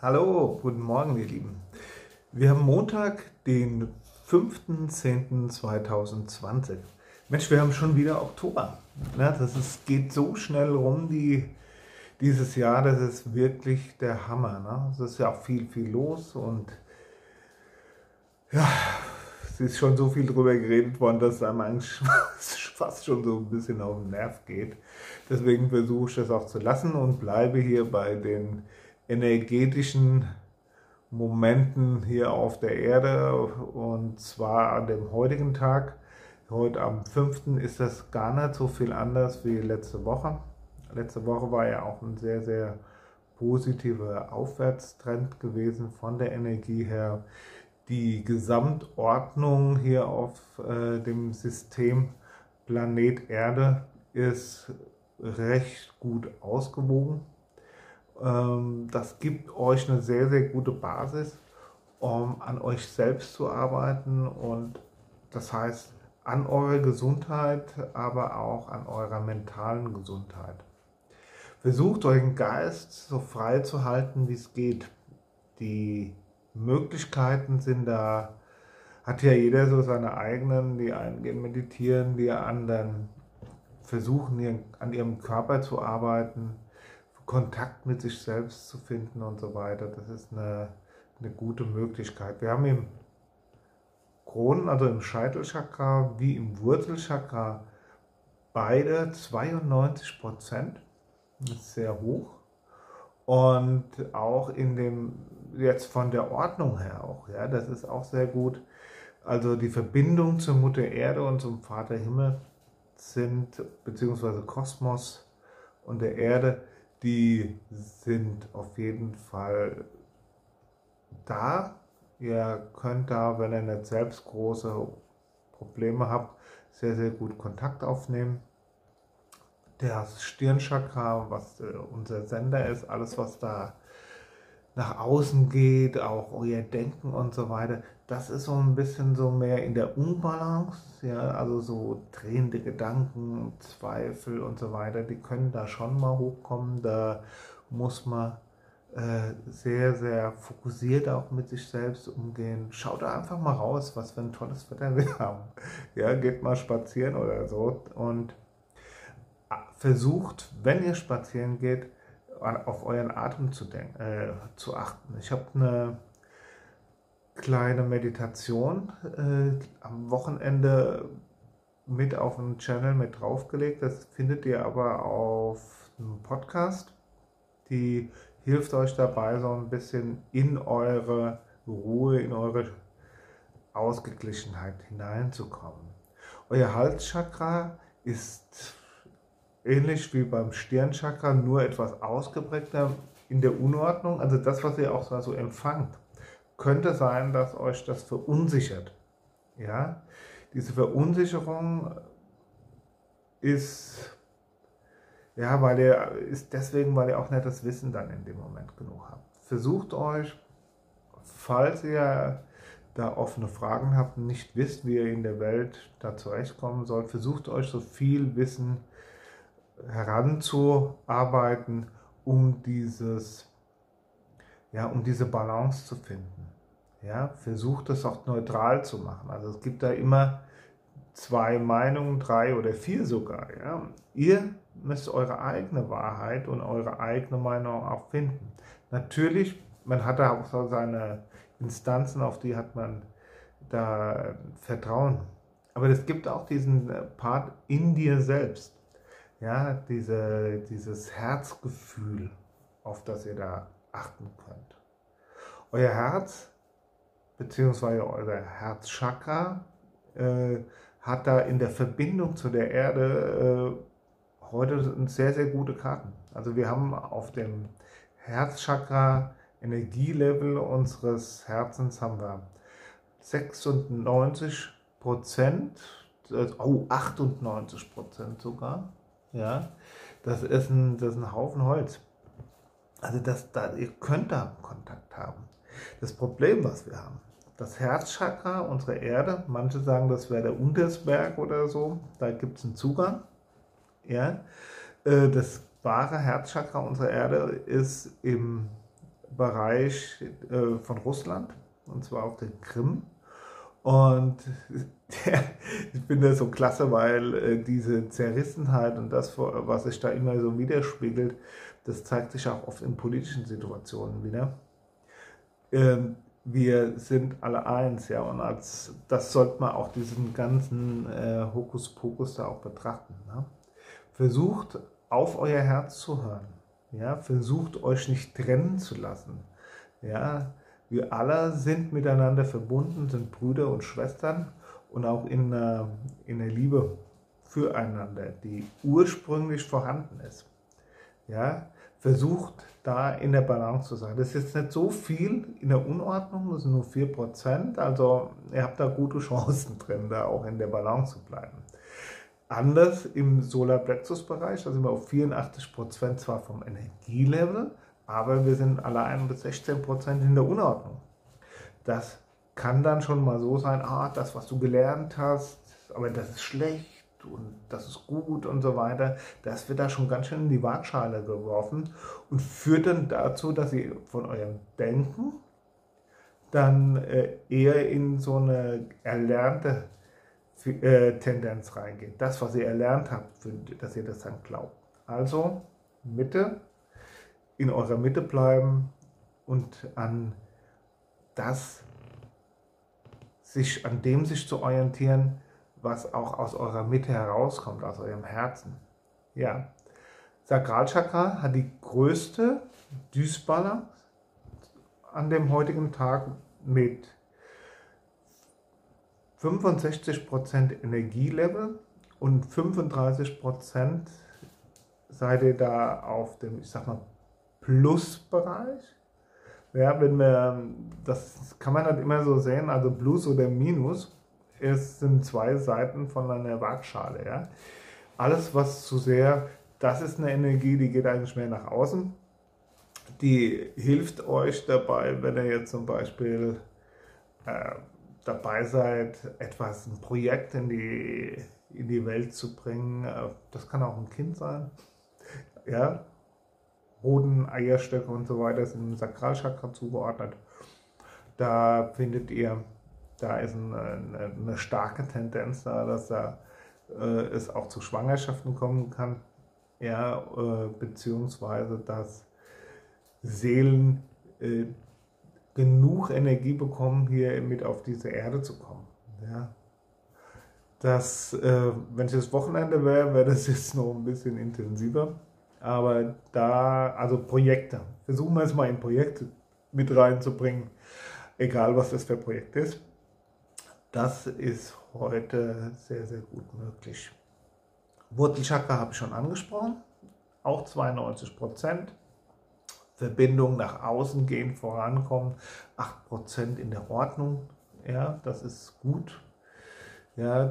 Hallo, guten Morgen, ihr Lieben. Wir haben Montag, den 5.10.2020. Mensch, wir haben schon wieder Oktober. Ja, geht so schnell rum, dieses Jahr, das ist wirklich der Hammer. Ne? Es ist ja auch viel los und ja, es ist schon so viel drüber geredet worden, dass es einem eigentlich fast schon so ein bisschen auf den Nerv geht. Deswegen versuche ich das auch zu lassen und bleibe hier bei den energetischen Momenten hier auf der Erde, und zwar an dem heutigen Tag. Heute am 5. ist das gar nicht so viel anders wie letzte Woche. Letzte Woche war ja auch ein sehr positiver Aufwärtstrend gewesen von der Energie her. Die Gesamtordnung hier auf dem System Planet Erde ist recht gut ausgewogen. Das gibt euch eine sehr gute Basis, um an euch selbst zu arbeiten, und das heißt an eurer Gesundheit, aber auch an eurer mentalen Gesundheit. Versucht euren Geist so frei zu halten, wie es geht. Die Möglichkeiten sind da, hat ja jeder so seine eigenen, die einen gehen meditieren, die anderen versuchen an ihrem Körper zu arbeiten, Kontakt mit sich selbst zu finden und so weiter. Das ist eine gute Möglichkeit. Wir haben im Kronen, also im Scheitelchakra wie im Wurzelchakra, beide 92%. Das ist sehr hoch. Und auch jetzt von der Ordnung her auch, ja, das ist auch sehr gut. Also die Verbindung zur Mutter Erde und zum Vater Himmel beziehungsweise Kosmos und der Erde, die sind auf jeden Fall da. Ihr könnt da, wenn ihr nicht selbst große Probleme habt, sehr gut Kontakt aufnehmen. Das Stirnchakra, was unser Sender ist, alles was da nach außen geht, auch euer Denken und so weiter, das ist so ein bisschen so mehr in der Unbalance, ja, also so drehende Gedanken, Zweifel und so weiter, die können da schon mal hochkommen. Da muss man sehr fokussiert auch mit sich selbst umgehen. Schaut da einfach mal raus, was für ein tolles Wetter wir haben. Ja, geht mal spazieren oder so und versucht, wenn ihr spazieren geht, auf euren Atem zu achten. Ich habe eine kleine Meditation am Wochenende mit auf einen Channel mit draufgelegt. Das findet ihr aber auf einem Podcast. Die hilft euch dabei, so ein bisschen in eure Ruhe, in eure Ausgeglichenheit hineinzukommen. Euer Halschakra ist ähnlich wie beim Stirnchakra, nur etwas ausgeprägter in der Unordnung. Also das, was ihr auch so empfangt, könnte sein, dass euch das verunsichert. Ja? Diese Verunsicherung ist weil ihr auch nicht das Wissen dann in dem Moment genug habt. Versucht euch, falls ihr da offene Fragen habt und nicht wisst, wie ihr in der Welt da zurechtkommen sollt, versucht euch so viel Wissen heranzuarbeiten, um diese Balance zu finden. Ja, versucht es auch neutral zu machen. Also es gibt da immer 2 Meinungen, 3 oder 4 sogar. Ja. Ihr müsst eure eigene Wahrheit und eure eigene Meinung auch finden. Natürlich, man hat da auch so seine Instanzen, auf die hat man da Vertrauen. Aber es gibt auch diesen Part in dir selbst. Ja, dieses Herzgefühl, auf das ihr da achten könnt. Euer Herz bzw. euer Herzchakra hat da in der Verbindung zu der Erde heute sehr gute Karten. Also wir haben auf dem Herzchakra Energielevel unseres Herzens haben wir 96%, 98% sogar. Ja, das ist ein Haufen Holz. Also ihr könnt da Kontakt haben. Das Problem, was wir haben, das Herzchakra, unsere Erde, manche sagen, das wäre der Untersberg oder so, da gibt es einen Zugang. Ja? Das wahre Herzchakra unserer Erde ist im Bereich von Russland, und zwar auf der Krim. Und ich finde das so klasse, weil diese Zerrissenheit und das, was sich da immer so widerspiegelt, das zeigt sich auch oft in politischen Situationen wieder. Wir sind alle eins, ja, und das sollte man auch diesen ganzen Hokuspokus da auch betrachten. Ne? Versucht auf euer Herz zu hören, ja, versucht euch nicht trennen zu lassen, ja, wir alle sind miteinander verbunden, sind Brüder und Schwestern und auch in der Liebe füreinander, die ursprünglich vorhanden ist. Ja, versucht da in der Balance zu sein. Das ist jetzt nicht so viel in der Unordnung, das sind nur 4%, also ihr habt da gute Chancen drin, da auch in der Balance zu bleiben. Anders im Solarplexus-Bereich, da sind wir auf 84% zwar vom Energielevel, aber wir sind allein bis 16% in der Unordnung. Das kann dann schon mal so sein, das, was du gelernt hast, aber das ist schlecht und das ist gut und so weiter. Das wird da schon ganz schön in die Waagschale geworfen und führt dann dazu, dass ihr von eurem Denken dann eher in so eine erlernte Tendenz reingeht. Das, was ihr erlernt habt, dass ihr das dann glaubt. Also Mitte, in eurer Mitte bleiben und an dem sich zu orientieren, was auch aus eurer Mitte herauskommt, aus eurem Herzen. Ja, Sakralchakra hat die größte Dysbalance an dem heutigen Tag mit 65% Energielevel und 35% seid ihr da auf dem, ich sag mal, Plusbereich. Ja, das kann man halt immer so sehen, also Plus oder Minus, es sind zwei Seiten von einer Waagschale. Ja. Alles, was zu sehr, das ist eine Energie, die geht eigentlich mehr nach außen. Die hilft euch dabei, wenn ihr jetzt zum Beispiel dabei seid, ein Projekt in die Welt zu bringen. Das kann auch ein Kind sein. Ja, Hoden, Eierstöcke und so weiter sind im Sakralchakra zugeordnet. Da findet ihr, da ist eine starke Tendenz da, dass es auch zu Schwangerschaften kommen kann, ja, beziehungsweise dass Seelen genug Energie bekommen, hier mit auf diese Erde zu kommen. Ja. Wenn es das Wochenende wäre das jetzt noch ein bisschen intensiver. Aber also Projekte, versuchen wir es mal in Projekte mit reinzubringen, egal was das für ein Projekt ist. Das ist heute sehr, sehr gut möglich. Wurzelchakra habe ich schon angesprochen, auch 92%. Verbindung nach außen gehen, vorankommen, 8% in der Ordnung, ja, das ist gut. Ja,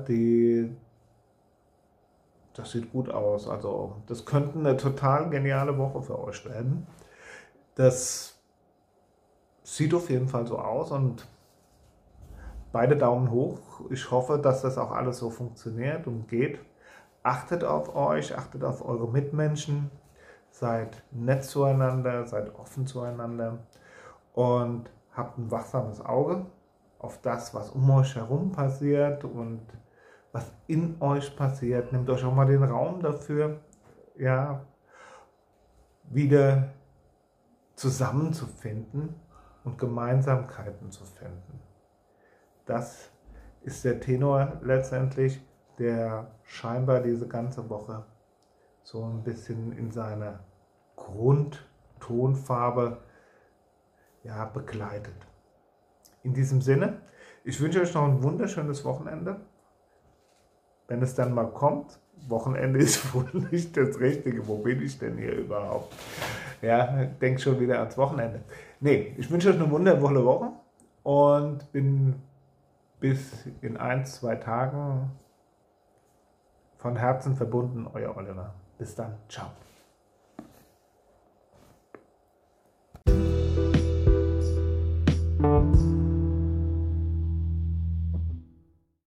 das sieht gut aus, also das könnte eine total geniale Woche für euch werden. Das sieht auf jeden Fall so aus und beide Daumen hoch. Ich hoffe, dass das auch alles so funktioniert und geht. Achtet auf euch, achtet auf eure Mitmenschen. Seid nett zueinander, seid offen zueinander und habt ein wachsames Auge auf das, was um euch herum passiert und was in euch passiert. Nehmt euch auch mal den Raum dafür, ja, wieder zusammenzufinden und Gemeinsamkeiten zu finden. Das ist der Tenor letztendlich, der scheinbar diese ganze Woche so ein bisschen in seiner Grundtonfarbe, ja, begleitet. In diesem Sinne, ich wünsche euch noch ein wunderschönes Wochenende. Wenn es dann mal kommt, Wochenende ist wohl nicht das Richtige. Wo bin ich denn hier überhaupt? Ja, denk schon wieder ans Wochenende. Nee, ich wünsche euch eine wundervolle Woche und bin bis in 1-2 Tagen von Herzen verbunden, euer Oliver. Bis dann, ciao.